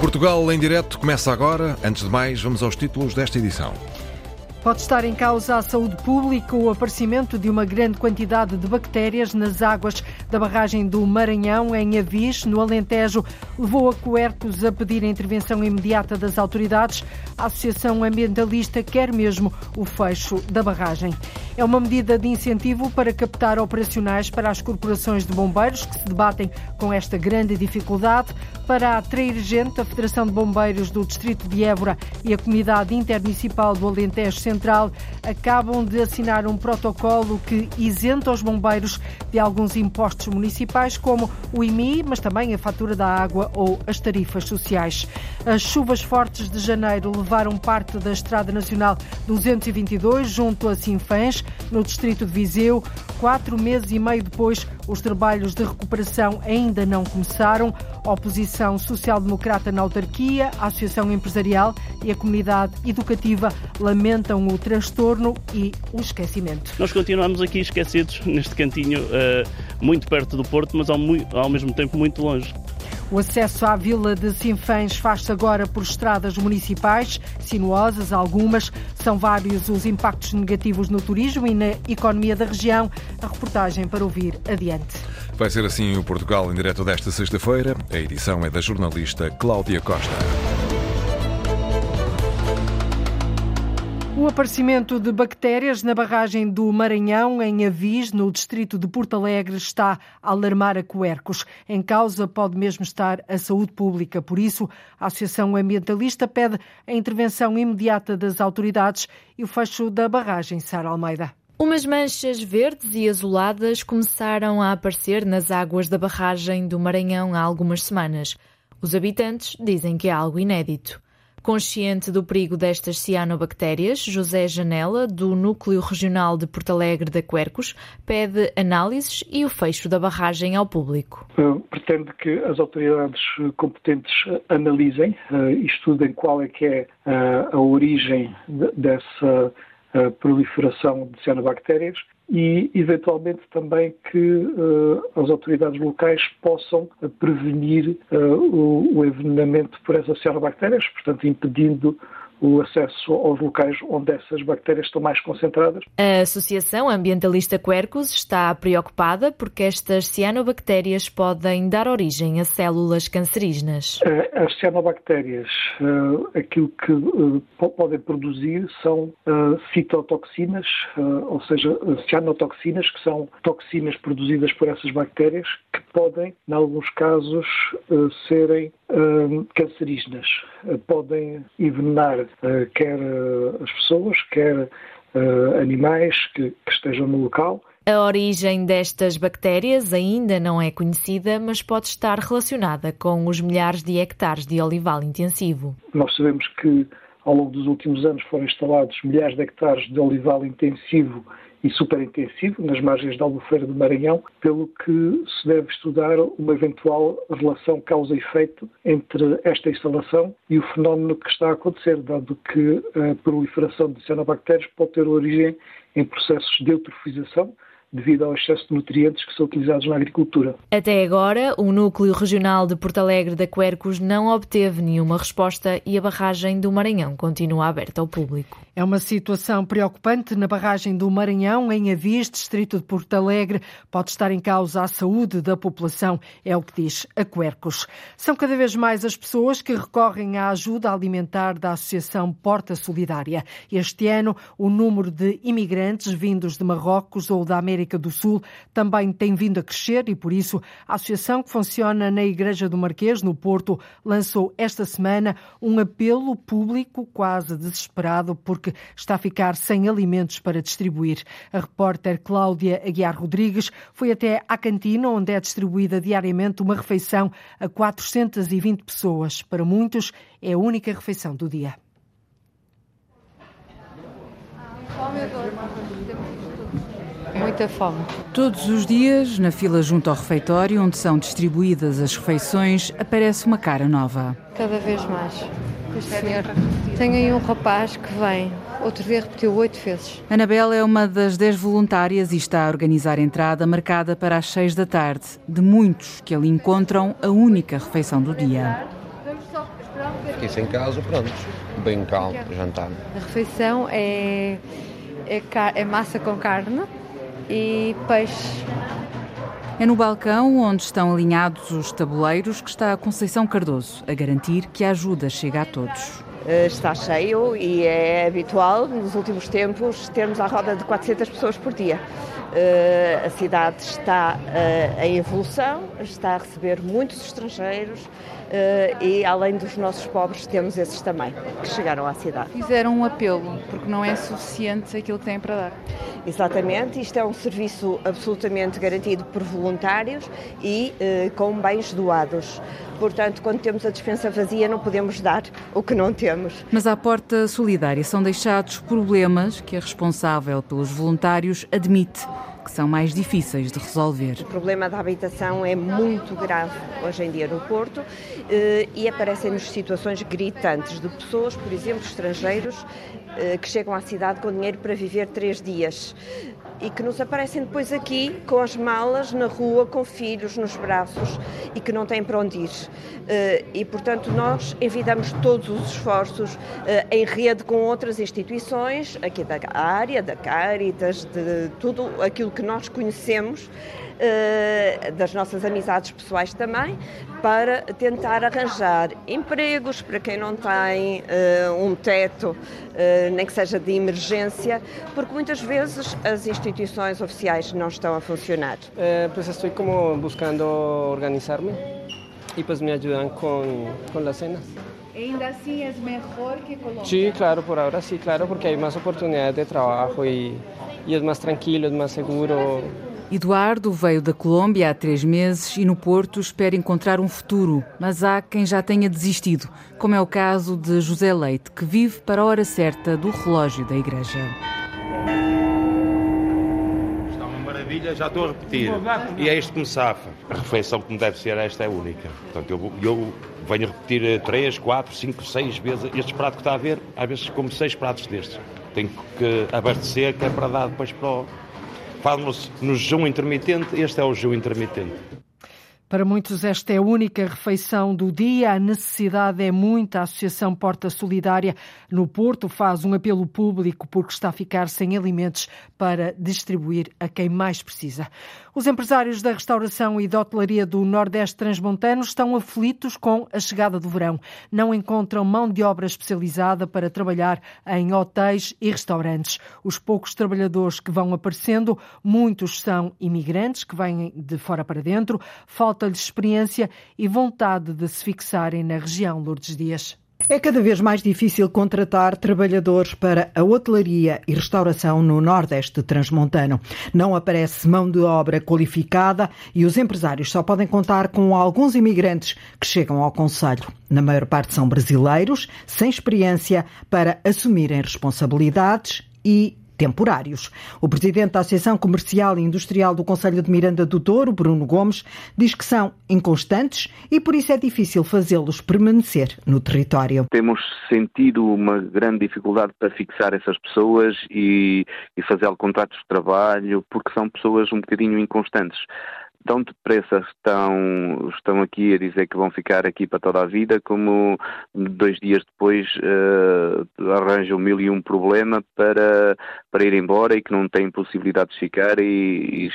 Portugal em direto começa agora. Antes de mais, vamos aos títulos desta edição. Pode estar em causa a saúde pública o aparecimento de uma grande quantidade de bactérias nas águas da barragem do Maranhão, em Avis, no Alentejo. Levou a Quercus a pedir a intervenção imediata das autoridades. A Associação Ambientalista quer mesmo o fecho da barragem. É uma medida de incentivo para captar operacionais para as corporações de bombeiros que se debatem com esta grande dificuldade. Para atrair gente, a Federação de Bombeiros do Distrito de Évora e a Comunidade Intermunicipal do Alentejo Central acabam de assinar um protocolo que isenta os bombeiros de alguns impostos municipais, como o IMI, mas também a fatura da água ou as tarifas sociais. As chuvas fortes de janeiro levaram parte da Estrada Nacional 222 junto a Sinfãs, no distrito de Viseu. 4 meses e meio depois, os trabalhos de recuperação ainda não começaram. A oposição social-democrata na autarquia, a Associação Empresarial e a comunidade educativa lamentam o transtorno e o esquecimento. Nós continuamos aqui esquecidos, neste cantinho, muito perto do Porto, mas ao mesmo tempo muito longe. O acesso à vila de Sinfãs faz-se agora por estradas municipais, sinuosas algumas. São vários os impactos negativos no turismo e na economia da região. A reportagem para ouvir adiante. Vai ser assim o Portugal em direto desta sexta-feira. A edição é da jornalista Cláudia Costa. O aparecimento de bactérias na barragem do Maranhão, em Avis, no distrito de Porto Alegre, está a alarmar a Quercus. Em causa pode mesmo estar a saúde pública. Por isso, a Associação Ambientalista pede a intervenção imediata das autoridades e o fecho da barragem. Sara Almeida. Umas manchas verdes e azuladas começaram a aparecer nas águas da barragem do Maranhão há algumas semanas. Os habitantes dizem que é algo inédito. Consciente do perigo destas cianobactérias, José Janela, do Núcleo Regional de Porto Alegre da Quercus, pede análises e o fecho da barragem ao público. Pretende que as autoridades competentes analisem e estudem qual é que é a origem dessa proliferação de cianobactérias e, eventualmente, também que as autoridades locais possam prevenir o envenenamento por essas cianobactérias, portanto, impedindo o acesso aos locais onde essas bactérias estão mais concentradas. A Associação Ambientalista Quercus está preocupada porque estas cianobactérias podem dar origem a células cancerígenas. As cianobactérias, aquilo que podem produzir são citotoxinas, ou seja, cianotoxinas, que são toxinas produzidas por essas bactérias, que podem, em alguns casos, serem cancerígenas. Podem envenenar quer as pessoas, quer animais que estejam no local. A origem destas bactérias ainda não é conhecida, mas pode estar relacionada com os milhares de hectares de olival intensivo. Nós sabemos que, ao longo dos últimos anos, foram instalados milhares de hectares de olival intensivo e superintensivo nas margens da Albufeira do Maranhão, pelo que se deve estudar uma eventual relação causa-efeito entre esta instalação e o fenómeno que está a acontecer, dado que a proliferação de cianobactérias pode ter origem em processos de eutrofização, devido ao excesso de nutrientes que são utilizados na agricultura. Até agora, o Núcleo Regional de Porto Alegre da Quercus não obteve nenhuma resposta e a barragem do Maranhão continua aberta ao público. É uma situação preocupante na barragem do Maranhão, em Avis, distrito de Porto Alegre. Pode estar em causa a saúde da população, é o que diz a Quercus. São cada vez mais as pessoas que recorrem à ajuda alimentar da Associação Porta Solidária. Este ano, o número de imigrantes vindos de Marrocos ou da América do Sul também tem vindo a crescer e, por isso, a associação, que funciona na Igreja do Marquês, no Porto, lançou esta semana um apelo público quase desesperado porque está a ficar sem alimentos para distribuir. A repórter Cláudia Aguiar Rodrigues foi até à cantina, onde é distribuída diariamente uma refeição a 420 pessoas. Para muitos, é a única refeição do dia. Muita fome. Todos os dias, na fila junto ao refeitório, onde são distribuídas as refeições, aparece uma cara nova. Cada vez mais. Este senhor. Tem aí um rapaz que vem. Outro dia repetiu 8 vezes. Anabela é uma das 10 voluntárias e está a organizar a entrada marcada para as 6 da tarde. De muitos que ali encontram a única refeição do dia. repetisse em casa, pronto, bem calmo, jantar. A refeição é massa com carne e peixe. É no balcão onde estão alinhados os tabuleiros que está a Conceição Cardoso a garantir que a ajuda chega a todos. Está cheio e é habitual nos últimos tempos termos à roda de 400 pessoas por dia. A cidade está em evolução, está a receber muitos estrangeiros e além dos nossos pobres temos esses também que chegaram à cidade. Fizeram um apelo porque não é suficiente aquilo que têm para dar. Exatamente, isto é um serviço absolutamente garantido por voluntários e com bens doados. Portanto, quando temos a despensa vazia, não podemos dar o que não temos. Mas à porta solidária são deixados problemas que a responsável pelos voluntários admite que são mais difíceis de resolver. O problema da habitação é muito grave hoje em dia no Porto e aparecem-nos situações gritantes de pessoas, por exemplo, estrangeiros, que chegam à cidade com dinheiro para viver 3 dias e que nos aparecem depois aqui com as malas na rua, com filhos nos braços e que não têm para onde ir. E, portanto, nós envidamos todos os esforços em rede com outras instituições, aqui da área, da Cáritas, de tudo aquilo que nós conhecemos, das nossas amizades pessoais também, para tentar arranjar empregos para quem não tem um teto, nem que seja de emergência, porque muitas vezes as instituições oficiais não estão a funcionar. Pues estou como buscando organizar-me e pues me ajudam com as cenas. Ainda assim é melhor que Colômbia? Sí, claro, por ahora sí, claro, porque hay más oportunidades de trabajo y es más tranquilo, es más seguro. Eduardo veio da Colômbia há 3 meses e no Porto espera encontrar um futuro, mas há quem já tenha desistido, como é o caso de José Leite, que vive para a hora certa do relógio da igreja. Está uma maravilha, já estou a repetir, e é isto que me safa. A refeição que me deve ser esta é única. Portanto, eu venho a repetir 3, 4, 5, 6 vezes este prato que está a ver, às vezes como 6 pratos destes. Tenho que abastecer, que é para dar depois para o... Fala-se no jejum intermitente, este é o jejum intermitente. Para muitos esta é a única refeição do dia, a necessidade é muita. A Associação Porta Solidária no Porto faz um apelo público porque está a ficar sem alimentos para distribuir a quem mais precisa. Os empresários da restauração e da hotelaria do Nordeste Transmontano estão aflitos com a chegada do verão. Não encontram mão de obra especializada para trabalhar em hotéis e restaurantes. Os poucos trabalhadores que vão aparecendo, muitos são imigrantes que vêm de fora para dentro, falta-lhes experiência e vontade de se fixarem na região. Lourdes Dias. É cada vez mais difícil contratar trabalhadores para a hotelaria e restauração no Nordeste Transmontano. Não aparece mão de obra qualificada e os empresários só podem contar com alguns imigrantes que chegam ao concelho. Na maior parte são brasileiros, sem experiência para assumirem responsabilidades e temporários. O presidente da Associação Comercial e Industrial do Concelho de Miranda do Douro, Bruno Gomes, diz que são inconstantes e por isso é difícil fazê-los permanecer no território. Temos sentido uma grande dificuldade para fixar essas pessoas e fazer contratos de trabalho, porque são pessoas um bocadinho inconstantes. Tão depressa estão aqui a dizer que vão ficar aqui para toda a vida, como 2 dias depois arranjam 1001 problema para ir embora e que não têm possibilidade de ficar e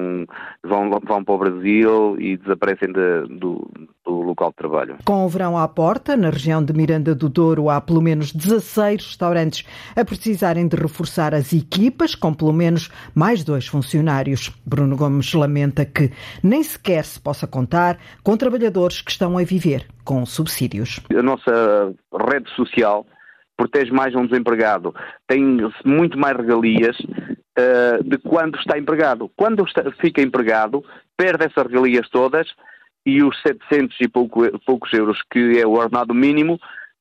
vão para o Brasil e desaparecem do local de trabalho. Com o verão à porta, na região de Miranda do Douro há pelo menos 16 restaurantes a precisarem de reforçar as equipas com pelo menos mais 2 funcionários. Bruno Gomes lamenta que nem sequer se possa contar com trabalhadores que estão a viver com subsídios. A nossa rede social protege mais um desempregado, tem muito mais regalias de quando está empregado. Quando fica empregado, perde essas regalias todas e os 700 e poucos euros que é o ordenado mínimo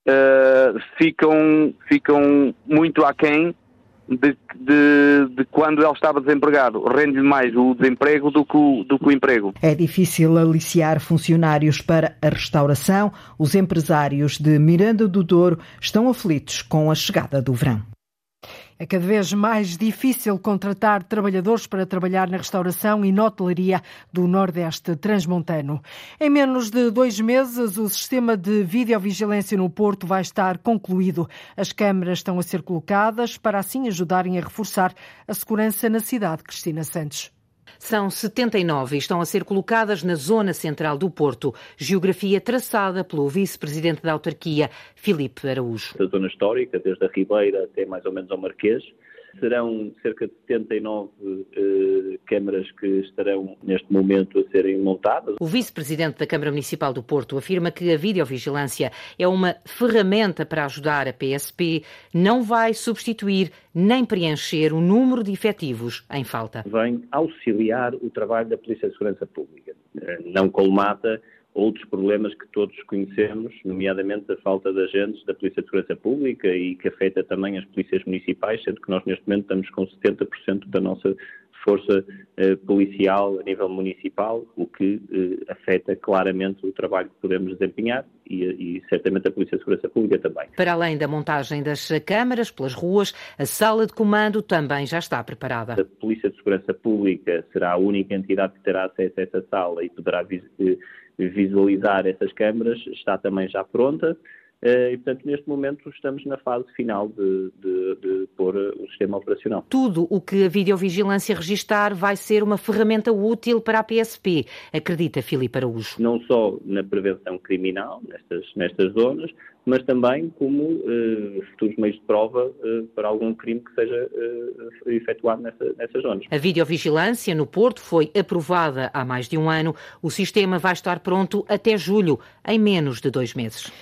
ficam muito aquém de quando ele estava desempregado. Rende mais o desemprego do que o emprego. É difícil aliciar funcionários para a restauração. Os empresários de Miranda do Douro estão aflitos com a chegada do verão. É cada vez mais difícil contratar trabalhadores para trabalhar na restauração e na hotelaria do Nordeste transmontano. Em menos de 2 meses, o sistema de videovigilância no Porto vai estar concluído. As câmaras estão a ser colocadas para assim ajudarem a reforçar a segurança na cidade. Cristina Santos. São 79 e estão a ser colocadas na zona central do Porto, geografia traçada pelo vice-presidente da autarquia, Filipe Araújo. A zona histórica, desde a Ribeira até mais ou menos ao Marquês, serão cerca de 79 câmaras que estarão neste momento a serem montadas. O vice-presidente da Câmara Municipal do Porto afirma que a videovigilância é uma ferramenta para ajudar a PSP, não vai substituir nem preencher o número de efetivos em falta. Vem auxiliar o trabalho da Polícia de Segurança Pública, não colmata outros problemas que todos conhecemos, nomeadamente a falta de agentes da Polícia de Segurança Pública e que afeta também as polícias municipais, sendo que nós neste momento estamos com 70% da nossa força policial a nível municipal, o que afeta claramente o trabalho que podemos desempenhar e certamente a Polícia de Segurança Pública também. Para além da montagem das câmaras pelas ruas, a sala de comando também já está preparada. A Polícia de Segurança Pública será a única entidade que terá acesso a essa sala e poderá visualizar essas câmaras, está também já pronta. E, portanto, neste momento estamos na fase final de pôr o sistema operacional. Tudo o que a videovigilância registar vai ser uma ferramenta útil para a PSP, acredita Filipe Araújo. Não só na prevenção criminal, nestas zonas, mas também como futuros meios de prova para algum crime que seja efetuado nessas zonas. A videovigilância no Porto foi aprovada há mais de um ano. O sistema vai estar pronto até julho, em menos de 2 meses.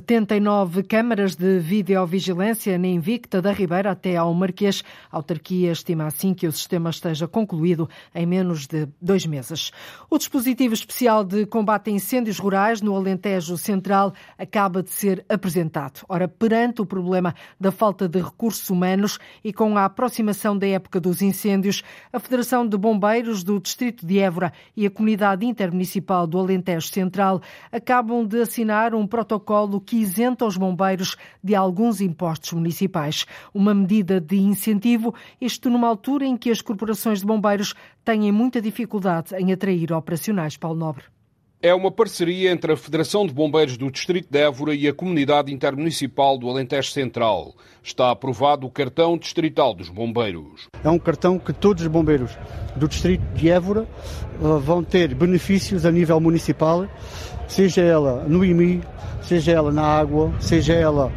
79 câmaras de videovigilância na Invicta da Ribeira até ao Marquês. A autarquia estima assim que o sistema esteja concluído em menos de 2 meses. O dispositivo especial de combate a incêndios rurais no Alentejo Central acaba de ser apresentado. Ora, perante o problema da falta de recursos humanos e com a aproximação da época dos incêndios, a Federação de Bombeiros do Distrito de Évora e a Comunidade Intermunicipal do Alentejo Central acabam de assinar um protocolo que isenta os bombeiros de alguns impostos municipais. Uma medida de incentivo, isto numa altura em que as corporações de bombeiros têm muita dificuldade em atrair operacionais. Paulo Nobre. É uma parceria entre a Federação de Bombeiros do Distrito de Évora e a Comunidade Intermunicipal do Alentejo Central. Está aprovado o cartão distrital dos bombeiros. É um cartão que todos os bombeiros do Distrito de Évora vão ter benefícios a nível municipal, seja ela no IMI, seja ela na água, seja ela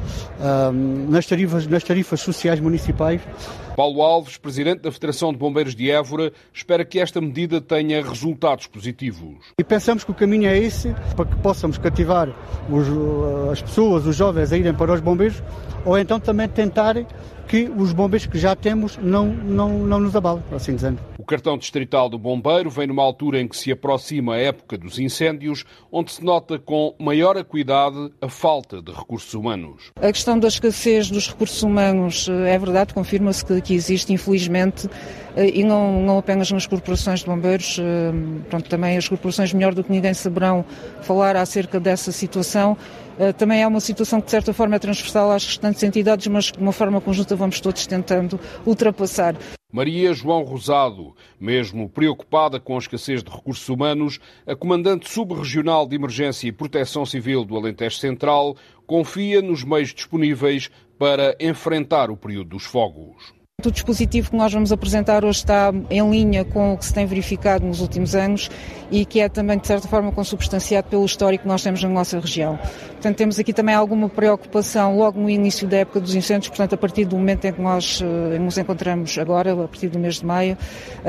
nas tarifas sociais municipais. Paulo Alves, presidente da Federação de Bombeiros de Évora, espera que esta medida tenha resultados positivos. E pensamos que o caminho é esse, para que possamos cativar as pessoas, os jovens a irem para os bombeiros, ou então também tentar que os bombeiros que já temos não nos abalem, assim dizendo. O cartão distrital do bombeiro vem numa altura em que se aproxima a época dos incêndios, onde se nota com maior acuidade a falta de recursos humanos. A questão da escassez dos recursos humanos é verdade, confirma-se que existe, infelizmente, e não apenas nas corporações de bombeiros, também as corporações melhor do que ninguém saberão falar acerca dessa situação. Também é uma situação que de certa forma é transversal às restantes entidades, mas de uma forma conjunta vamos todos tentando ultrapassar. Maria João Rosado, mesmo preocupada com a escassez de recursos humanos, a comandante subregional de Emergência e Proteção Civil do Alentejo Central, confia nos meios disponíveis para enfrentar o período dos fogos. O dispositivo que nós vamos apresentar hoje está em linha com o que se tem verificado nos últimos anos e que é também, de certa forma, consubstanciado pelo histórico que nós temos na nossa região. Portanto, temos aqui também alguma preocupação logo no início da época dos incêndios, portanto, a partir do momento em que nós nos encontramos agora, a partir do mês de maio,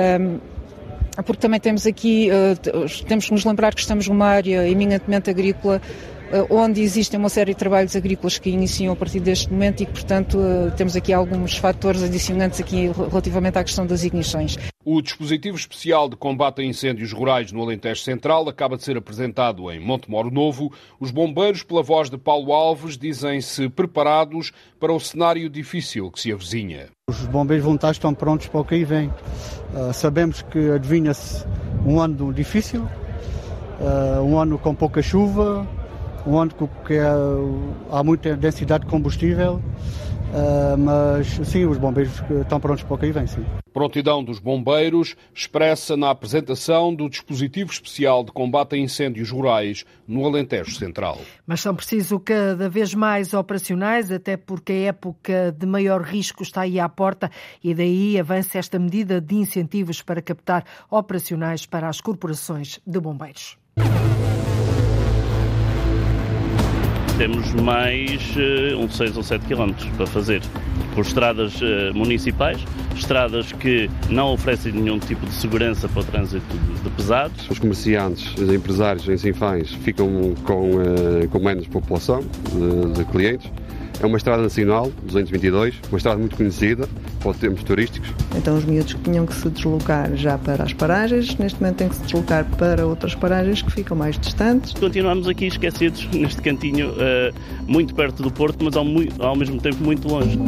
porque também temos aqui, temos que nos lembrar que estamos numa área eminentemente agrícola, onde existem uma série de trabalhos agrícolas que iniciam a partir deste momento e que, portanto, temos aqui alguns fatores adicionantes aqui relativamente à questão das ignições. O dispositivo especial de combate a incêndios rurais no Alentejo Central acaba de ser apresentado em Montemoro Novo. Os bombeiros, pela voz de Paulo Alves, dizem-se preparados para o cenário difícil que se avizinha. Os bombeiros voluntários estão prontos para o que aí vem. Sabemos que adivinha-se um ano difícil, um ano com pouca chuva, onde há muita densidade de combustível, mas sim, os bombeiros estão prontos para o que aí vem, sim. Prontidão dos bombeiros expressa na apresentação do dispositivo especial de combate a incêndios rurais no Alentejo Central. Mas são preciso cada vez mais operacionais, até porque a época de maior risco está aí à porta e daí avança esta medida de incentivos para captar operacionais para as corporações de bombeiros. Temos mais uns 6 ou 7 quilómetros para fazer por estradas municipais, estradas que não oferecem nenhum tipo de segurança para o trânsito de pesados. Os comerciantes, os empresários em Sinfãs ficam com menos população de clientes. É uma estrada nacional, 222, uma estrada muito conhecida para os termos turísticos. Então os miúdos que tinham que se deslocar já para as paragens, neste momento têm que se deslocar para outras paragens que ficam mais distantes. Continuamos aqui esquecidos neste cantinho, muito perto do Porto, mas ao mesmo tempo muito longe.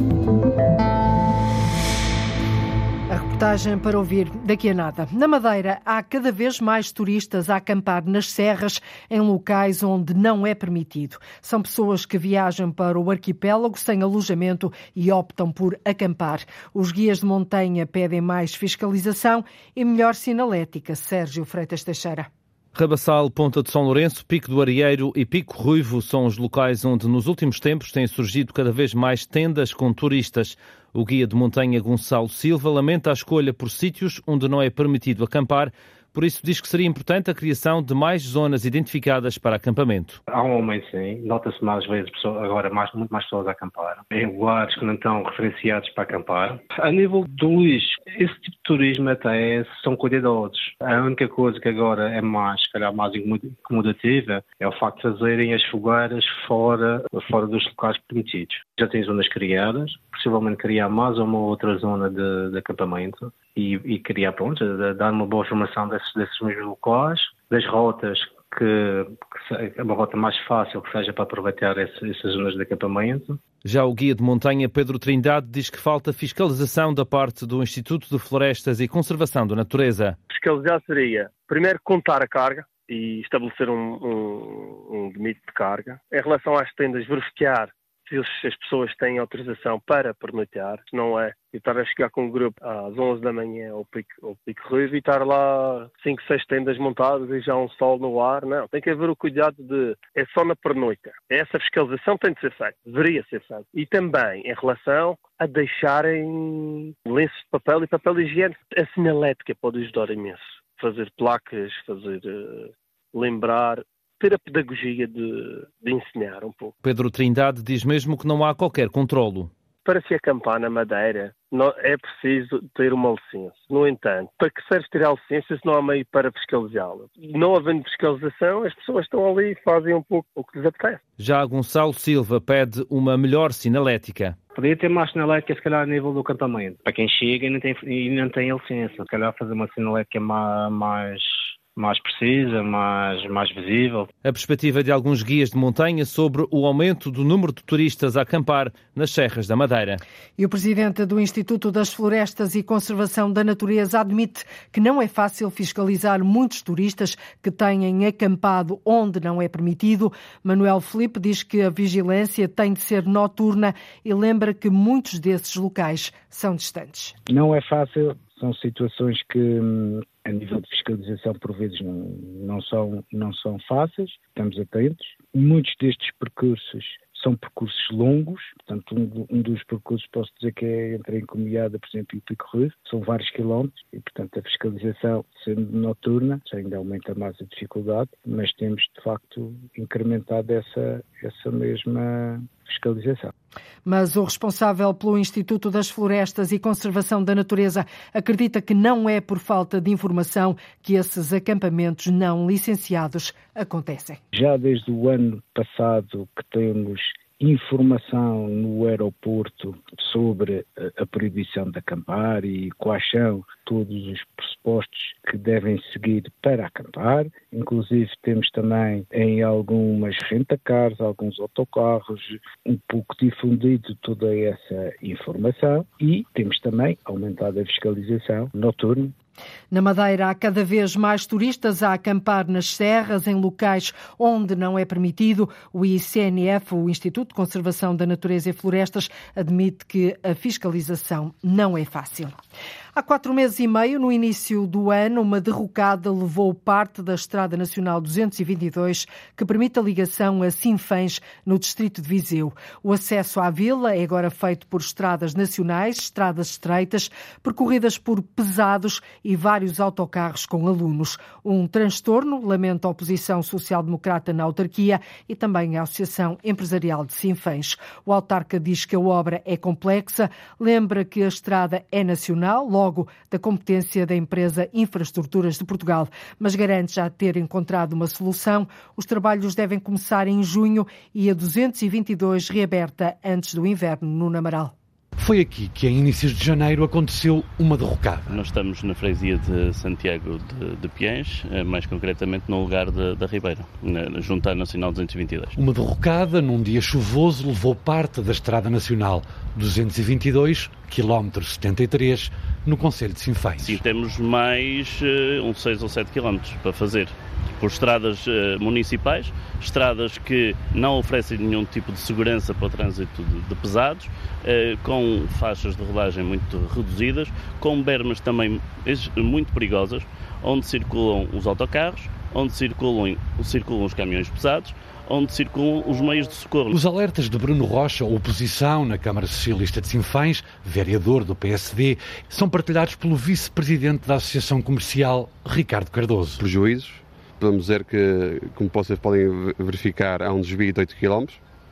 A reportagem para ouvir daqui a nada. Na Madeira, há cada vez mais turistas a acampar nas serras em locais onde não é permitido. São pessoas que viajam para o arquipélago sem alojamento e optam por acampar. Os guias de montanha pedem mais fiscalização e melhor sinalética. Sérgio Freitas Teixeira. Rabassal, Ponta de São Lourenço, Pico do Arieiro e Pico Ruivo são os locais onde nos últimos tempos têm surgido cada vez mais tendas com turistas. O guia de montanha Gonçalo Silva lamenta a escolha por sítios onde não é permitido acampar, por isso diz que seria importante a criação de mais zonas identificadas para acampamento. Há um aumento, sim. Nota-se mais vezes agora muito mais pessoas a acampar, em lugares que não estão referenciados para acampar. A nível do lixo, esse tipo de turismo até são cuidadosos. A única coisa que agora é mais, se calhar, mais incomodativa é o facto de fazerem as fogueiras fora dos locais permitidos. Já tem zonas criadas, possivelmente criar mais uma outra zona de acampamento e criar, dar uma boa formação desses mesmos locais, das rotas, que é uma rota mais fácil que seja para aproveitar essas zonas de acampamento. Já o guia de montanha Pedro Trindade diz que falta fiscalização da parte do Instituto de Florestas e Conservação da Natureza. Fiscalizar seria, primeiro, contar a carga e estabelecer um limite de carga. Em relação às tendas, verificar se as pessoas têm autorização para pernoitear, não é estar a chegar com um grupo às 11 da manhã ao Pico Ruivo e estar lá 5, 6 tendas montadas e já um sol no ar. Não, tem que haver o cuidado é só na pernoita. Essa fiscalização tem de ser feita, deveria ser feita. E também em relação a deixarem lenços de papel e papel higiênico. A sinalética pode ajudar imenso. Fazer placas, lembrar, ter a pedagogia de ensinar um pouco. Pedro Trindade diz mesmo que não há qualquer controlo. Para se acampar na Madeira, é preciso ter uma licença. No entanto, para que serve ter a licença se não há meio para fiscalizá-la? Não havendo fiscalização, as pessoas estão ali e fazem um pouco o que lhes apetece. Já Gonçalo Silva pede uma melhor sinalética. Podia ter mais sinalética, se calhar, a nível do acampamento. Para quem chega e não tem a licença. Se calhar fazer uma sinalética mais precisa, mais visível. A perspectiva de alguns guias de montanha sobre o aumento do número de turistas a acampar nas serras da Madeira. E o presidente do Instituto das Florestas e Conservação da Natureza admite que não é fácil fiscalizar muitos turistas que têm acampado onde não é permitido. Manuel Filipe diz que a vigilância tem de ser noturna e lembra que muitos desses locais são distantes. Não é fácil, são situações que a nível de fiscalização por vezes não são fáceis, estamos atentos. Muitos destes percursos são percursos longos, portanto um dos percursos posso dizer que é entre a Encomiada, por exemplo, e o Pico Ruivo, são vários quilómetros e portanto a fiscalização sendo noturna ainda aumenta mais a dificuldade, mas temos de facto incrementado essa mesma fiscalização. Mas o responsável pelo Instituto das Florestas e Conservação da Natureza acredita que não é por falta de informação que esses acampamentos não licenciados acontecem. Já desde o ano passado que temos informação no aeroporto sobre a proibição de acampar e quais são todos os pressupostos que devem seguir para acampar. Inclusive temos também em algumas rentacars, alguns autocarros, um pouco difundido toda essa informação e temos também aumentado a fiscalização noturna. Na Madeira, há cada vez mais turistas a acampar nas serras, em locais onde não é permitido. O ICNF, o Instituto de Conservação da Natureza e Florestas, admite que a fiscalização não é fácil. Há 4 meses e meio, no início do ano, uma derrocada levou parte da Estrada Nacional 222, que permite a ligação a Sinfãs, no distrito de Viseu. O acesso à vila é agora feito por estradas nacionais, estradas estreitas, percorridas por pesados e vários autocarros com alunos. Um transtorno, lamenta a oposição social-democrata na autarquia e também a Associação Empresarial de Sinfãs. O autarca diz que a obra é complexa, lembra que a estrada é nacional, logo da competência da empresa Infraestruturas de Portugal, mas garante já ter encontrado uma solução. Os trabalhos devem começar em junho e a 222 reaberta antes do inverno no Namaral. Foi aqui que, em inícios de janeiro, aconteceu uma derrocada. Nós estamos na freguesia de Santiago de Piães, mais concretamente no lugar da Ribeira, junto à Nacional 222. Uma derrocada num dia chuvoso levou parte da Estrada Nacional 222, quilómetro 73, no concelho de Sinfãs. Sim, temos mais uns 6 ou 7 quilómetros para fazer. Por estradas municipais, estradas que não oferecem nenhum tipo de segurança para o trânsito de pesados, com faixas de rodagem muito reduzidas, com bermas também muito perigosas, onde circulam os autocarros, onde circulam os caminhões pesados, onde circulam os meios de socorro. Os alertas de Bruno Rocha, oposição na Câmara Socialista de Sinfãs, vereador do PSD, são partilhados pelo vice-presidente da Associação Comercial, Ricardo Cardoso. Prejuízos. Podemos dizer que, como vocês podem verificar, há um desvio de 8 km,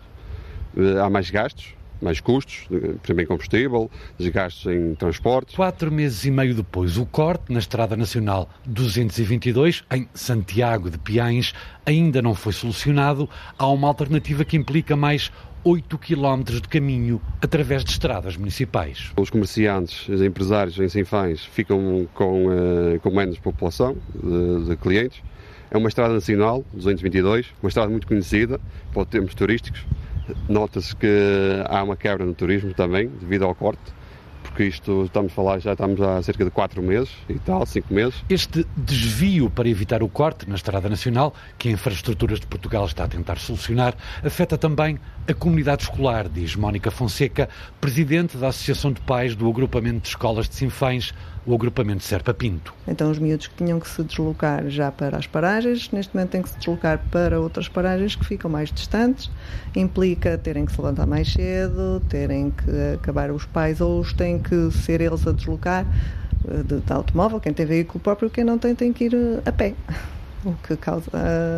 há mais gastos, mais custos, por exemplo, em combustível, desgastos em transportes. 4 meses e meio depois, o corte na Estrada Nacional 222, em Santiago de Piães, ainda não foi solucionado. Há uma alternativa que implica mais 8 km de caminho através de estradas municipais. Os comerciantes, os empresários em Sinfãs ficam com menos população de clientes. É uma estrada nacional, 222, uma estrada muito conhecida para termos turísticos. Nota-se que há uma quebra no turismo também, devido ao corte, porque isto já estamos há cerca de 4 meses e tal, 5 meses. Este desvio para evitar o corte na Estrada Nacional, que a Infraestruturas de Portugal está a tentar solucionar, afeta também a comunidade escolar, diz Mónica Fonseca, presidente da Associação de Pais do Agrupamento de Escolas de Sinfãs, o agrupamento Serpa Pinto. Então os miúdos que tinham que se deslocar já para as paragens, neste momento têm que se deslocar para outras paragens que ficam mais distantes, implica terem que se levantar mais cedo, terem que acabar os pais ou os têm que ser eles a deslocar de automóvel, quem tem veículo próprio, quem não tem que ir a pé, o que causa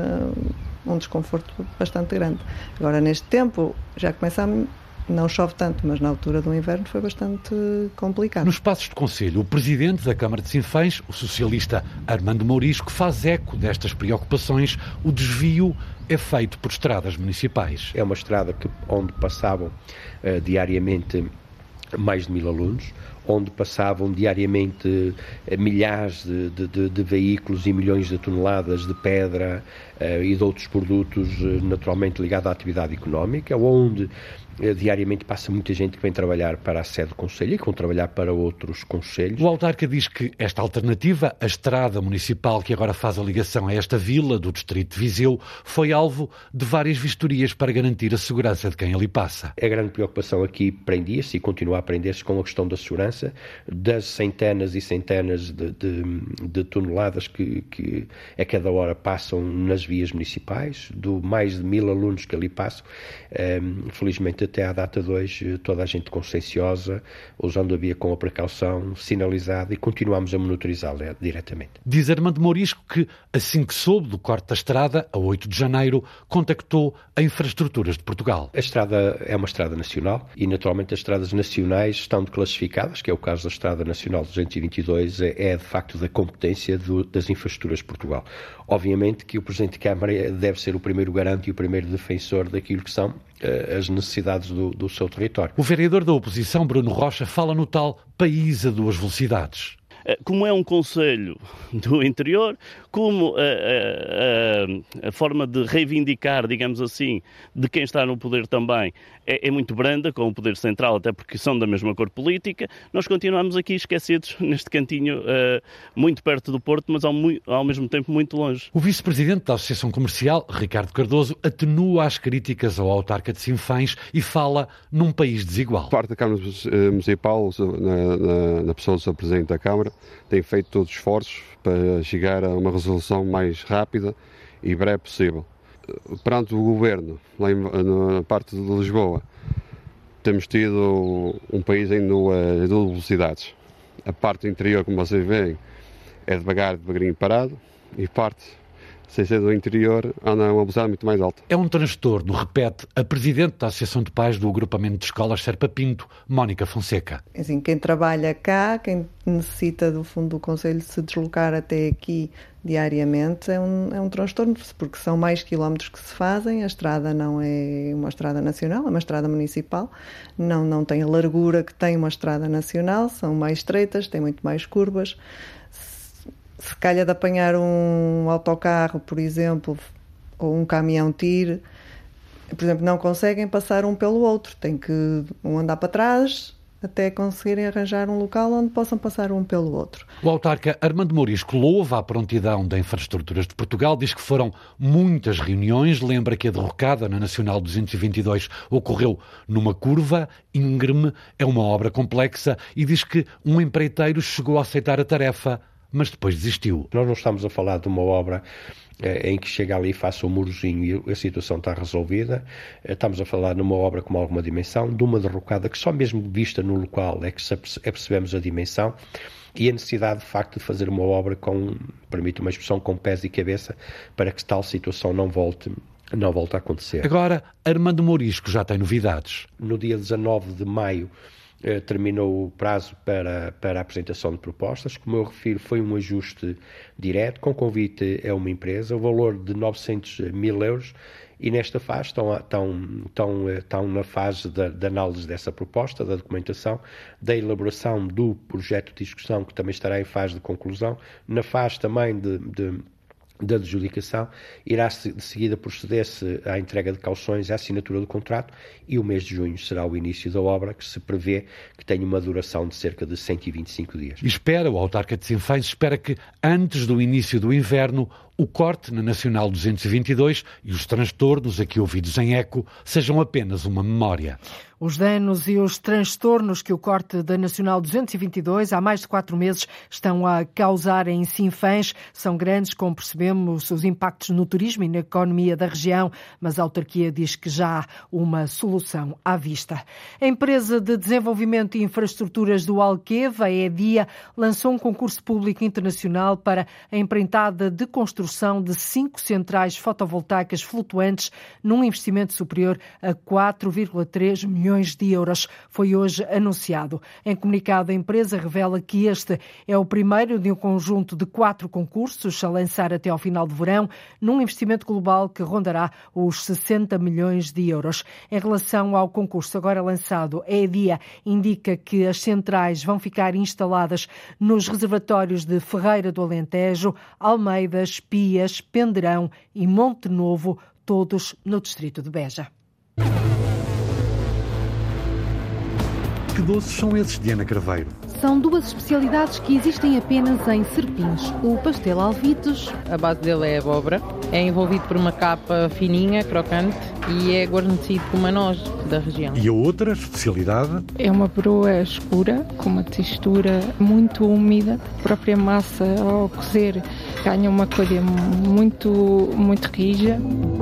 um desconforto bastante grande. Agora neste tempo já começa não chove tanto, mas na altura do inverno foi bastante complicado. Nos Passos de Concelho, o presidente da Câmara de Sinfãs, o socialista Armando Mourisco, faz eco destas preocupações. O desvio é feito por estradas municipais. É uma estrada onde passavam diariamente mais de 1000 alunos, onde passavam diariamente milhares de veículos e milhões de toneladas de pedra e de outros produtos naturalmente ligados à atividade económica, onde diariamente passa muita gente que vem trabalhar para a sede do Conselho e que vão trabalhar para outros concelhos. O autarca diz que esta alternativa, a estrada municipal que agora faz a ligação a esta vila do distrito de Viseu, foi alvo de várias vistorias para garantir a segurança de quem ali passa. A grande preocupação aqui prendia-se e continua a prender-se com a questão da segurança, das centenas e centenas de toneladas que a cada hora passam nas vias municipais, do mais de 1000 alunos que ali passam. Felizmente até à data de hoje, toda a gente conscienciosa, usando a via com a precaução, sinalizada, e continuamos a monitorizá-la diretamente. Diz Armando Mourisco que, assim que soube do corte da estrada, a 8 de janeiro, contactou a Infraestruturas de Portugal. A estrada é uma estrada nacional e, naturalmente, as estradas nacionais estão classificadas, que é o caso da Estrada Nacional 222, é de facto da competência das Infraestruturas de Portugal. Obviamente que o Presidente de Câmara deve ser o primeiro garante e o primeiro defensor daquilo que são as necessidades do seu território. O vereador da oposição, Bruno Rocha, fala no tal país a 2 velocidades. como é um conselho do interior, como a forma de reivindicar, digamos assim, de quem está no poder também é muito branda, com o poder central, até porque são da mesma cor política, nós continuamos aqui esquecidos neste cantinho muito perto do Porto, mas ao mesmo tempo muito longe. O vice-presidente da Associação Comercial, Ricardo Cardoso, atenua as críticas ao autarca de Sinfãs e fala num país desigual. A parte da Câmara Municipal, na pessoa do Sr. Presidente da Câmara, tem feito todos os esforços para chegar a uma resolução mais rápida e breve possível. Perante o Governo, lá na parte de Lisboa, temos tido um país em duas velocidades. A parte interior, como vocês veem, é devagarinho parado, e parte, sem ser do interior, anda a uma velocidade muito mais alta. É um transtorno, repete a Presidente da Associação de Pais do Agrupamento de Escolas Serpa Pinto, Mónica Fonseca. Assim, quem trabalha cá, quem necessita do fundo do Conselho se deslocar até aqui diariamente, é um transtorno, porque são mais quilómetros que se fazem, a estrada não é uma estrada nacional, é uma estrada municipal, não tem a largura que tem uma estrada nacional, são mais estreitas, tem muito mais curvas. Se calhar de apanhar um autocarro, por exemplo, ou um caminhão-tire, por exemplo, não conseguem passar um pelo outro, tem que andar para trás até conseguirem arranjar um local onde possam passar um pelo outro. O autarca Armando Mourisco louva a prontidão da Infraestruturas de Portugal, diz que foram muitas reuniões, lembra que a derrocada na Nacional 222 ocorreu numa curva íngreme, é uma obra complexa, e diz que um empreiteiro chegou a aceitar a tarefa, mas depois desistiu. Nós não estamos a falar de uma obra em que chega ali e faça um murozinho e a situação está resolvida. Estamos a falar numa obra com alguma dimensão, de uma derrocada que só mesmo vista no local é que percebemos a dimensão e a necessidade de facto de fazer uma obra com, permite uma expressão, com pés e cabeça, para que tal situação não volte a acontecer. Agora, Armando Mourisco já tem novidades. No dia 19 de maio, terminou o prazo para a apresentação de propostas. Como eu refiro, foi um ajuste direto, com convite a uma empresa, o valor de 900 mil euros, e nesta fase estão na fase da análise dessa proposta, da documentação, da elaboração do projeto de execução, que também estará em fase de conclusão, na fase também da adjudicação, irá de seguida proceder-se à entrega de cauções e à assinatura do contrato, e o mês de junho será o início da obra, que se prevê que tenha uma duração de cerca de 125 dias. E o autarca de Sinfãs espera que, antes do início do inverno, o corte na Nacional 222 e os transtornos aqui ouvidos em eco sejam apenas uma memória. Os danos e os transtornos que o corte da Nacional 222 há mais de 4 meses estão a causar em Sinfãs são grandes, como percebemos, os impactos no turismo e na economia da região, mas a autarquia diz que já há uma solução à vista. A empresa de desenvolvimento e infraestruturas do Alqueva, a EDIA, lançou um concurso público internacional para a empreitada de construção de 5 centrais fotovoltaicas flutuantes num investimento superior a 4,3 milhões de euros. Foi hoje anunciado. Em comunicado, a empresa revela que este é o primeiro de um conjunto de 4 concursos a lançar até ao final do verão, num investimento global que rondará os 60 milhões de euros. Em relação ao concurso agora lançado, a EDIA indica que as centrais vão ficar instaladas nos reservatórios de Ferreira do Alentejo, Almeidas, Pias, Penderão e Monte Novo, todos no distrito de Beja. Que doces são esses, Diana Craveiro? São 2 especialidades que existem apenas em Serpins. O pastel alvitos, a base dele é abóbora, é envolvido por uma capa fininha, crocante, e é guarnecido com uma noz da região. E a outra especialidade? É uma broa escura, com uma textura muito úmida. A própria massa, ao cozer, ganha uma cor muito rija.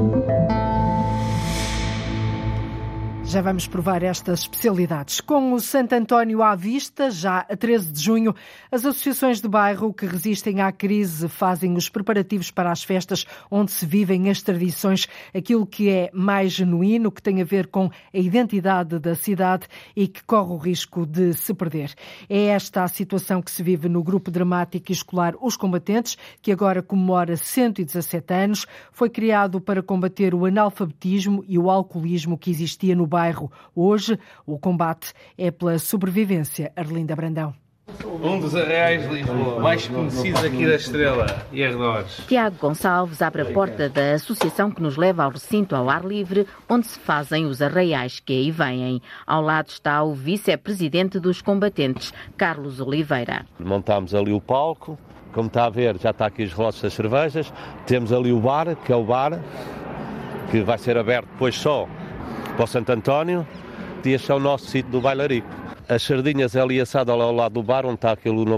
Já vamos provar estas especialidades. Com o Santo António à vista, já a 13 de junho, as associações de bairro que resistem à crise fazem os preparativos para as festas onde se vivem as tradições, aquilo que é mais genuíno, que tem a ver com a identidade da cidade e que corre o risco de se perder. É esta a situação que se vive no Grupo Dramático e Escolar Os Combatentes, que agora comemora 117 anos. Foi criado para combater o analfabetismo e o alcoolismo que existia no bairro. Hoje, o combate é pela sobrevivência. Arlinda Brandão. Um dos arraiais de Lisboa, mais conhecidos aqui da Estrela e arredores. Tiago Gonçalves abre a porta da associação que nos leva ao recinto ao ar livre, onde se fazem os arraiais que aí vêm. Ao lado está o vice-presidente dos combatentes, Carlos Oliveira. Montámos ali o palco, como está a ver, já está aqui os relógios das cervejas. Temos ali o bar, que é o bar, que vai ser aberto depois só para o Santo António. E este é o nosso sítio do bailarico. As sardinhas é ali assado ao lado do bar, onde está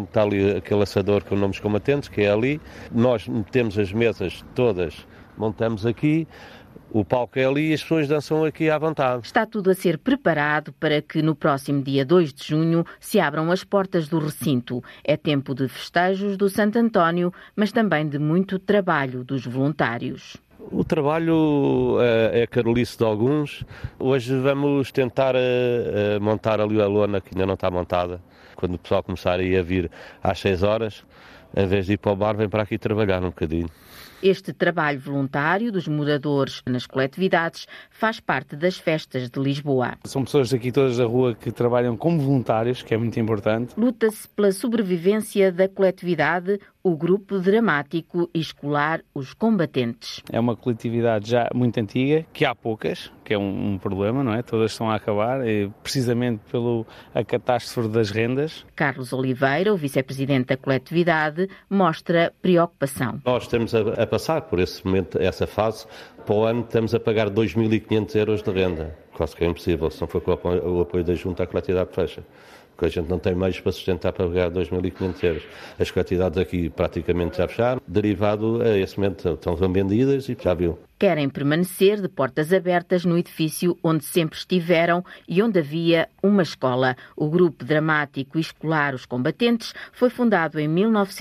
aquele assador com o nome dos combatentes, que é ali. Nós metemos as mesas todas, montamos aqui, o palco é ali e as pessoas dançam aqui à vontade. Está tudo a ser preparado para que no próximo dia 2 de junho se abram as portas do recinto. É tempo de festejos do Santo António, mas também de muito trabalho dos voluntários. O trabalho é carolice de alguns. Hoje vamos tentar montar ali a lona que ainda não está montada. Quando o pessoal começar a vir às 6 horas, em vez de ir para o bar, vem para aqui trabalhar um bocadinho. Este trabalho voluntário dos moradores nas coletividades faz parte das festas de Lisboa. São pessoas daqui todas da rua que trabalham como voluntários, que é muito importante. Luta-se pela sobrevivência da coletividade, o grupo dramático e escolar Os Combatentes. É uma coletividade já muito antiga, que há poucas, que é um problema, não é? Todas estão a acabar, precisamente pela catástrofe das rendas. Carlos Oliveira, o vice-presidente da coletividade, mostra preocupação. Nós estamos a passar por esse momento, essa fase. Para o ano estamos a pagar 2.500 euros de renda. Quase que é impossível, se não for com o apoio da Junta, a coletividade fecha. Porque a gente não tem meios para sustentar para pagar 2.500 euros. As quantidades aqui praticamente já fecharam. Derivado a esse momento estão vendidas e já viu. Querem permanecer de portas abertas no edifício onde sempre estiveram e onde havia uma escola. O grupo dramático e escolar Os Combatentes foi fundado em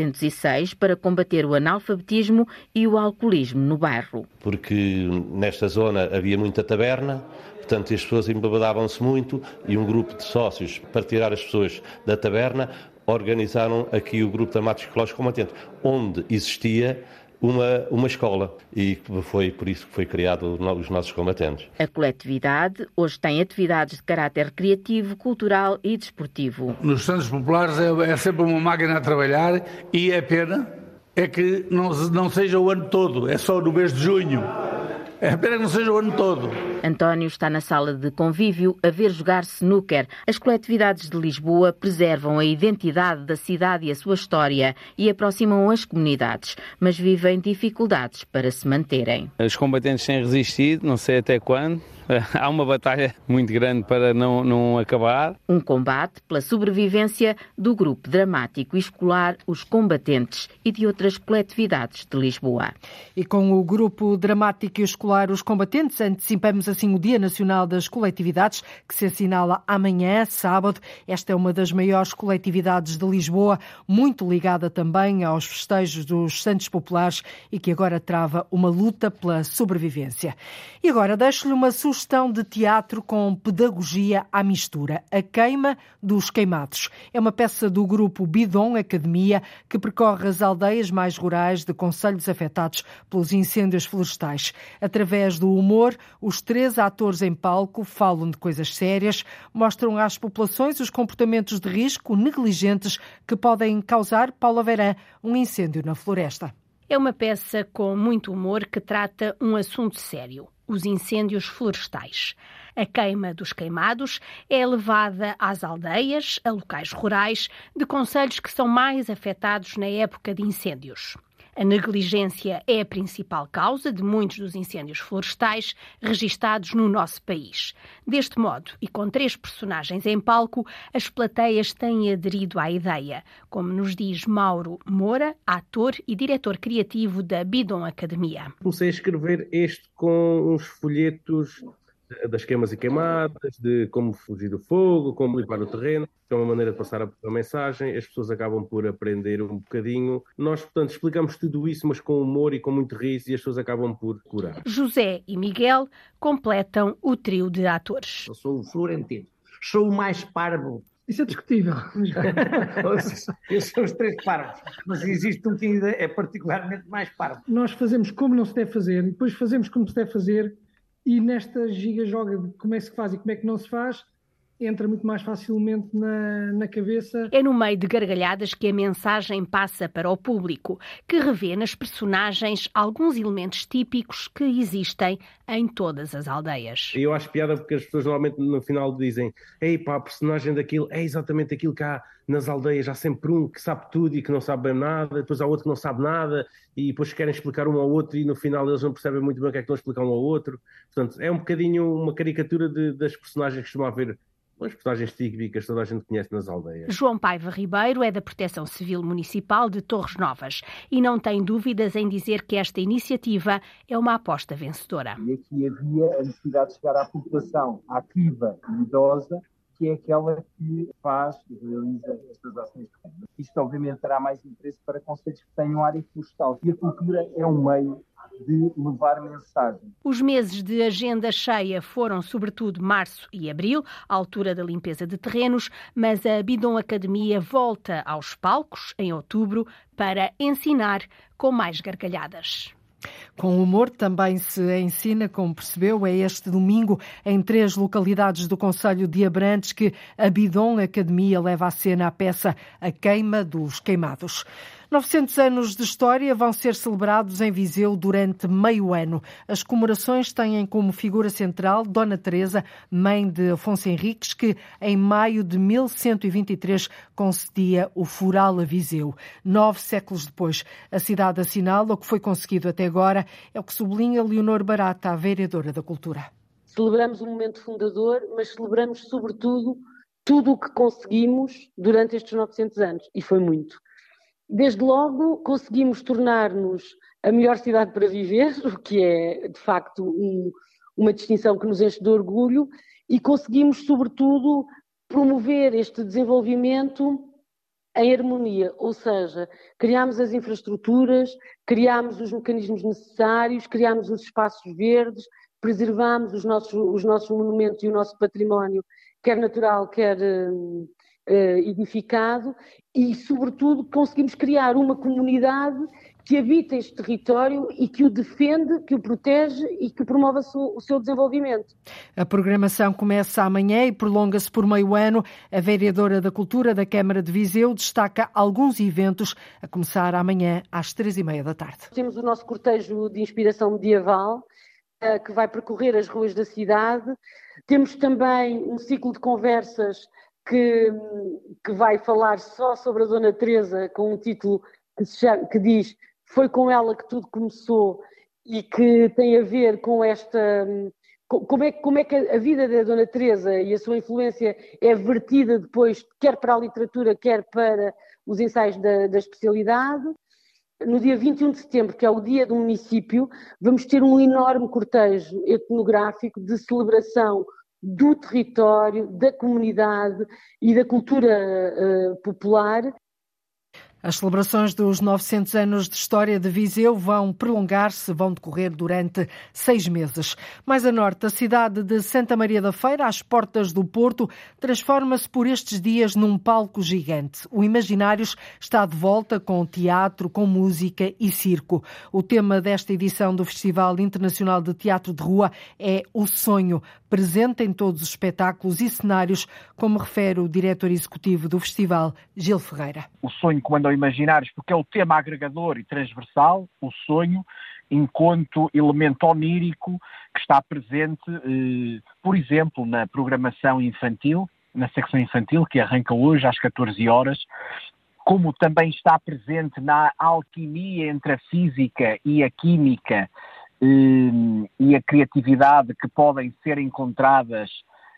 1906 para combater o analfabetismo e o alcoolismo no bairro. Porque nesta zona havia muita taberna. Portanto, as pessoas embebadavam-se muito e um grupo de sócios, para tirar as pessoas da taberna, organizaram aqui o Grupo Dramático Escolar Os Combatentes, onde existia uma escola e foi por isso que foi criado os nossos combatentes. A coletividade hoje tem atividades de caráter criativo, cultural e desportivo. Nos Santos Populares é sempre uma máquina a trabalhar e é pena que não seja o ano todo, é só no mês de junho. É pena que não seja o ano todo. António está na sala de convívio a ver jogar snooker. As coletividades de Lisboa preservam a identidade da cidade e a sua história e aproximam as comunidades, mas vivem dificuldades para se manterem. Os combatentes têm resistido, não sei até quando. Há uma batalha muito grande para não acabar. Um combate pela sobrevivência do grupo dramático e escolar Os Combatentes e de outras coletividades de Lisboa. E com o grupo dramático e escolar Os Combatentes, antecipamos assim o Dia Nacional das Coletividades, que se assinala amanhã, sábado. Esta é uma das maiores coletividades de Lisboa, muito ligada também aos festejos dos Santos Populares e que agora trava uma luta pela sobrevivência. E agora deixo-lhe uma sugestão de teatro com pedagogia à mistura. A Queima dos Queimados. É uma peça do grupo Bidon Academia que percorre as aldeias mais rurais de concelhos afetados pelos incêndios florestais. Através do humor, os 3 atores em palco falam de coisas sérias, mostram às populações os comportamentos de risco negligentes que podem causar, Paula Verã, um incêndio na floresta. É uma peça com muito humor que trata um assunto sério: os incêndios florestais. A Queima dos Queimados é levada às aldeias, a locais rurais, de concelhos que são mais afetados na época de incêndios. A negligência é a principal causa de muitos dos incêndios florestais registados no nosso país. Deste modo, e com 3 personagens em palco, as plateias têm aderido à ideia, como nos diz Mauro Moura, ator e diretor criativo da Bidon Academia. Comecei a escrever este com uns folhetos das queimas e queimadas, de como fugir do fogo, como limpar o terreno. É uma maneira de passar a mensagem, as pessoas acabam por aprender um bocadinho. Nós, portanto, explicamos tudo isso, mas com humor e com muito riso, e as pessoas acabam por curar. José e Miguel completam o trio de atores. Eu sou o Florentino, sou o mais parvo. Isso é discutível. Eu sou os 3 parvos, mas existe um que ainda é particularmente mais parvo. Nós fazemos como não se deve fazer, e depois fazemos como se deve fazer, e nesta giga-joga de como é que se faz e como é que não se faz, entra muito mais facilmente na cabeça. É no meio de gargalhadas que a mensagem passa para o público, que revê nas personagens alguns elementos típicos que existem em todas as aldeias. Eu acho piada porque as pessoas normalmente no final dizem: ei pá, a personagem daquilo é exatamente aquilo que há nas aldeias. Há sempre um que sabe tudo e que não sabe bem nada, depois há outro que não sabe nada e depois querem explicar um ao outro e no final eles não percebem muito bem o que é que estão a explicar um ao outro. Portanto, é um bocadinho uma caricatura das personagens que costumam haver. As personagens típicas toda a gente conhece nas aldeias. João Paiva Ribeiro é da Proteção Civil Municipal de Torres Novas e não tem dúvidas em dizer que esta iniciativa é uma aposta vencedora. E aqui havia a necessidade de chegar à população ativa e idosa, que é aquela que faz e realiza estas ações de renda. Isto obviamente terá mais interesse para concelhos que tenham área florestal. E a cultura é um meio de levar mensagem. Os meses de agenda cheia foram sobretudo março e abril, à altura da limpeza de terrenos, mas a Bidon Academia volta aos palcos em outubro para ensinar com mais gargalhadas. Com humor também se ensina, como percebeu, é este domingo em 3 localidades do concelho de Abrantes que a Bidon Academia leva à cena a peça A Queima dos Queimados. 900 anos de história vão ser celebrados em Viseu durante meio ano. As comemorações têm como figura central Dona Teresa, mãe de Afonso Henriques, que em maio de 1123 concedia o Foral a Viseu. 9 séculos depois, a cidade assinala o que foi conseguido até agora, é o que sublinha Leonor Barata, a vereadora da Cultura. Celebramos o momento fundador, mas celebramos sobretudo tudo o que conseguimos durante estes 900 anos, e foi muito. Desde logo conseguimos tornar-nos a melhor cidade para viver, o que é de facto uma distinção que nos enche de orgulho, e conseguimos sobretudo promover este desenvolvimento em harmonia, ou seja, criámos as infraestruturas, criámos os mecanismos necessários, criámos os espaços verdes, preservámos os nossos monumentos e o nosso património, quer natural, quer edificado, e sobretudo conseguimos criar uma comunidade que habita este território e que o defende, que o protege e que promove o seu desenvolvimento. A programação começa amanhã e prolonga-se por meio ano. A vereadora da Cultura da Câmara de Viseu destaca alguns eventos, a começar amanhã às 3h30 da tarde. Temos o nosso cortejo de inspiração medieval, que vai percorrer as ruas da cidade. Temos também um ciclo de conversas que vai falar só sobre a Dona Teresa, com um título que diz "Foi com ela que tudo começou", e que tem a ver com esta... Como é que a vida da Dona Teresa e a sua influência é vertida depois, quer para a literatura, quer para os ensaios da especialidade. No dia 21 de setembro, que é o dia do município, vamos ter um enorme cortejo etnográfico de celebração do território, da comunidade e da cultura popular. As celebrações dos 900 anos de história de Viseu vão prolongar-se, vão decorrer durante 6 meses. Mais a norte, a cidade de Santa Maria da Feira, às portas do Porto, transforma-se por estes dias num palco gigante. O Imaginários está de volta com teatro, com música e circo. O tema desta edição do Festival Internacional de Teatro de Rua é o sonho, presente em todos os espetáculos e cenários, como refere o diretor executivo do festival, Gil Ferreira. O sonho comanda o Imaginários porque é o tema agregador e transversal, o sonho, enquanto elemento onírico que está presente, por exemplo, na programação infantil, na secção infantil, que arranca hoje às 14 horas, como também está presente na alquimia entre a física e a química e a criatividade que podem ser encontradas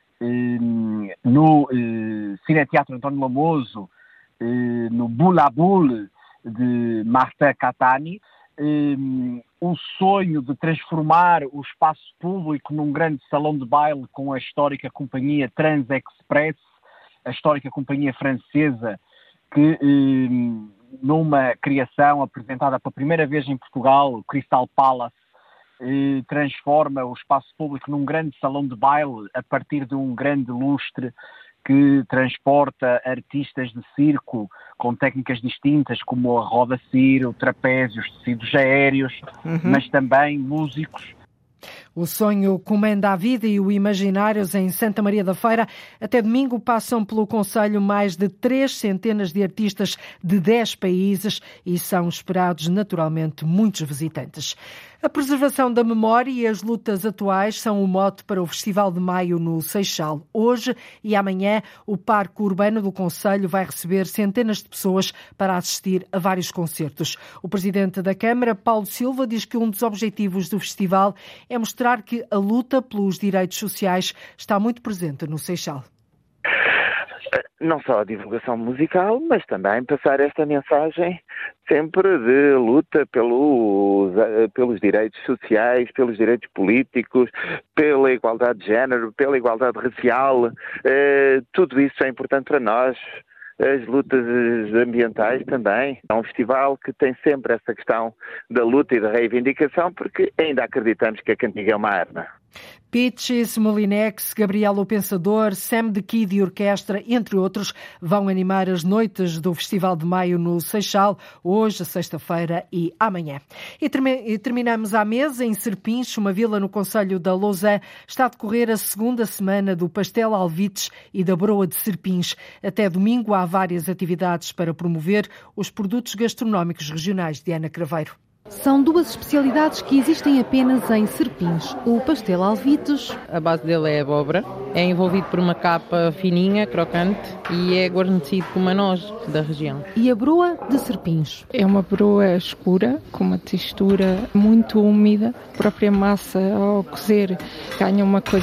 no Cineteatro António Lamoso, no Bula Bule de Marta Catani, o sonho de transformar o espaço público num grande salão de baile com a histórica companhia Transexpress, a histórica companhia francesa que numa criação apresentada pela primeira vez em Portugal, o Crystal Palace, transforma o espaço público num grande salão de baile a partir de um grande lustre que transporta artistas de circo com técnicas distintas, como a roda-cir, o trapézio, os tecidos aéreos, mas também músicos. O sonho comanda a vida e o Imaginários em Santa Maria da Feira. Até domingo passam pelo concelho mais de 300 de artistas de 10 países e são esperados naturalmente muitos visitantes. A preservação da memória e as lutas atuais são o mote para o Festival de Maio no Seixal. Hoje e amanhã, o Parque Urbano do concelho vai receber centenas de pessoas para assistir a vários concertos. O presidente da Câmara, Paulo Silva, diz que um dos objetivos do festival é mostrar que a luta pelos direitos sociais está muito presente no Seixal. Não só a divulgação musical, mas também passar esta mensagem sempre de luta pelos direitos sociais, pelos direitos políticos, pela igualdade de género, pela igualdade racial. Tudo isso é importante para nós. As lutas ambientais também. É um festival que tem sempre essa questão da luta e da reivindicação, porque ainda acreditamos que a cantiga é uma arma. Peaches, Molinex, Gabriel o Pensador, Sam the Kid e Orquestra, entre outros, vão animar as noites do Festival de Maio no Seixal, hoje, sexta-feira e amanhã. E terminamos à mesa em Serpins, uma vila no concelho da Lousã. Está a decorrer a segunda semana do Pastel Alvites e da Broa de Serpins. Até domingo há várias atividades para promover os produtos gastronómicos regionais. Diana Craveiro. São duas especialidades que existem apenas em Serpins. O pastel alvites, a base dele é abóbora, é envolvido por uma capa fininha, crocante, e é guarnecido com uma noz da região. E a broa de Serpins. É uma broa escura, com uma textura muito úmida. A própria massa, ao cozer, ganha uma cor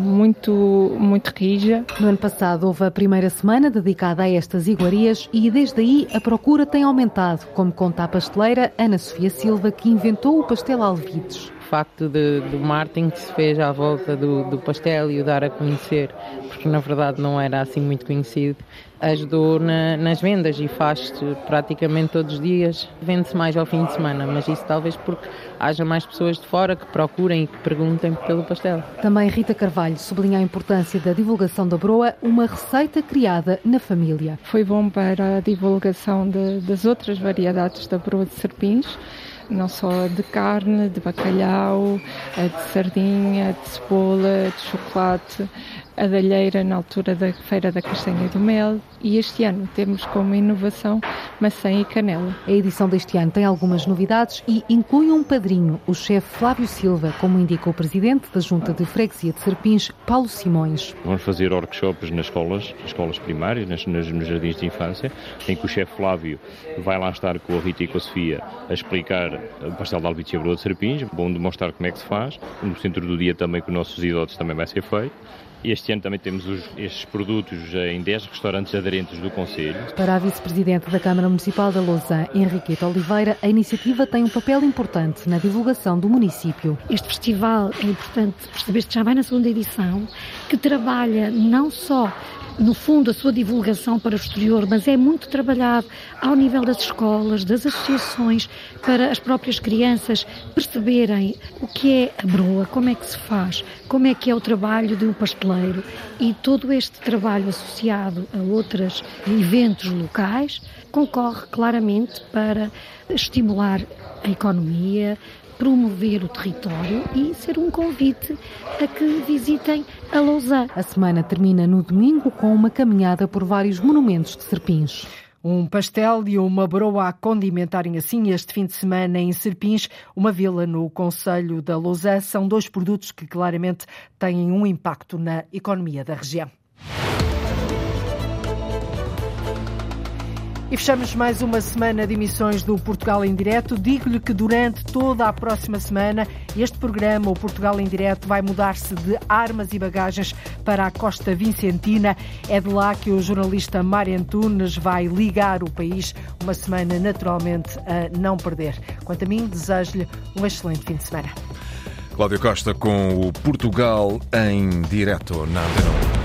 muito rija. No ano passado houve a primeira semana dedicada a estas iguarias e desde aí a procura tem aumentado, como conta a pasteleira Ana Sofia Silva, que inventou o pastel alvites. O facto do marketing que se fez à volta do pastel e o dar a conhecer, porque na verdade não era assim muito conhecido, ajudou nas vendas e faz-se praticamente todos os dias. Vende-se mais ao fim de semana, mas isso talvez porque haja mais pessoas de fora que procurem e que perguntem pelo pastel. Também Rita Carvalho sublinha a importância da divulgação da broa, uma receita criada na família. Foi bom para a divulgação das outras variedades da broa de Serpins, não só de carne, de bacalhau, de sardinha, de cebola, de chocolate, a de alheira na altura da Feira da Castanha e do Mel, e este ano temos como inovação maçã e canela. A edição deste ano tem algumas novidades e inclui um padrinho, o chefe Flávio Silva, como indica o presidente da Junta de Freguesia de Serpins, Paulo Simões. Vamos fazer workshops nas escolas primárias, nos jardins de infância, em que o chefe Flávio vai lá estar com a Rita e com a Sofia a explicar o pastel de alvites e a broa de Serpins, bom demonstrar como é que se faz. No centro do dia também com os nossos idosos também vai ser feito. E este ano também temos estes produtos em 10 restaurantes aderentes do concelho. Para a vice-presidente da Câmara Municipal da Lousã, Henriqueta Oliveira, a iniciativa tem um papel importante na divulgação do município. Este festival é importante perceber que já vai na segunda edição, que trabalha não só no fundo, a sua divulgação para o exterior, mas é muito trabalhado ao nível das escolas, das associações, para as próprias crianças perceberem o que é a broa, como é que se faz, como é que é o trabalho de um pasteleiro, e todo este trabalho associado a outros eventos locais concorre claramente para estimular a economia, promover o território e ser um convite a que visitem a Lousã. A semana termina no domingo com uma caminhada por vários monumentos de Serpins. Um pastel e uma broa a condimentarem assim este fim de semana em Serpins, uma vila no concelho da Lousã, são dois produtos que claramente têm um impacto na economia da região. E fechamos mais uma semana de emissões do Portugal em Direto. Digo-lhe que durante toda a próxima semana este programa, o Portugal em Direto, vai mudar-se de Armas e Bagagens para a Costa Vicentina. É de lá que o jornalista Mário Antunes vai ligar o país. Uma semana naturalmente a não perder. Quanto a mim, desejo-lhe um excelente fim de semana. Cláudio Costa com o Portugal em Direto na Antena 1.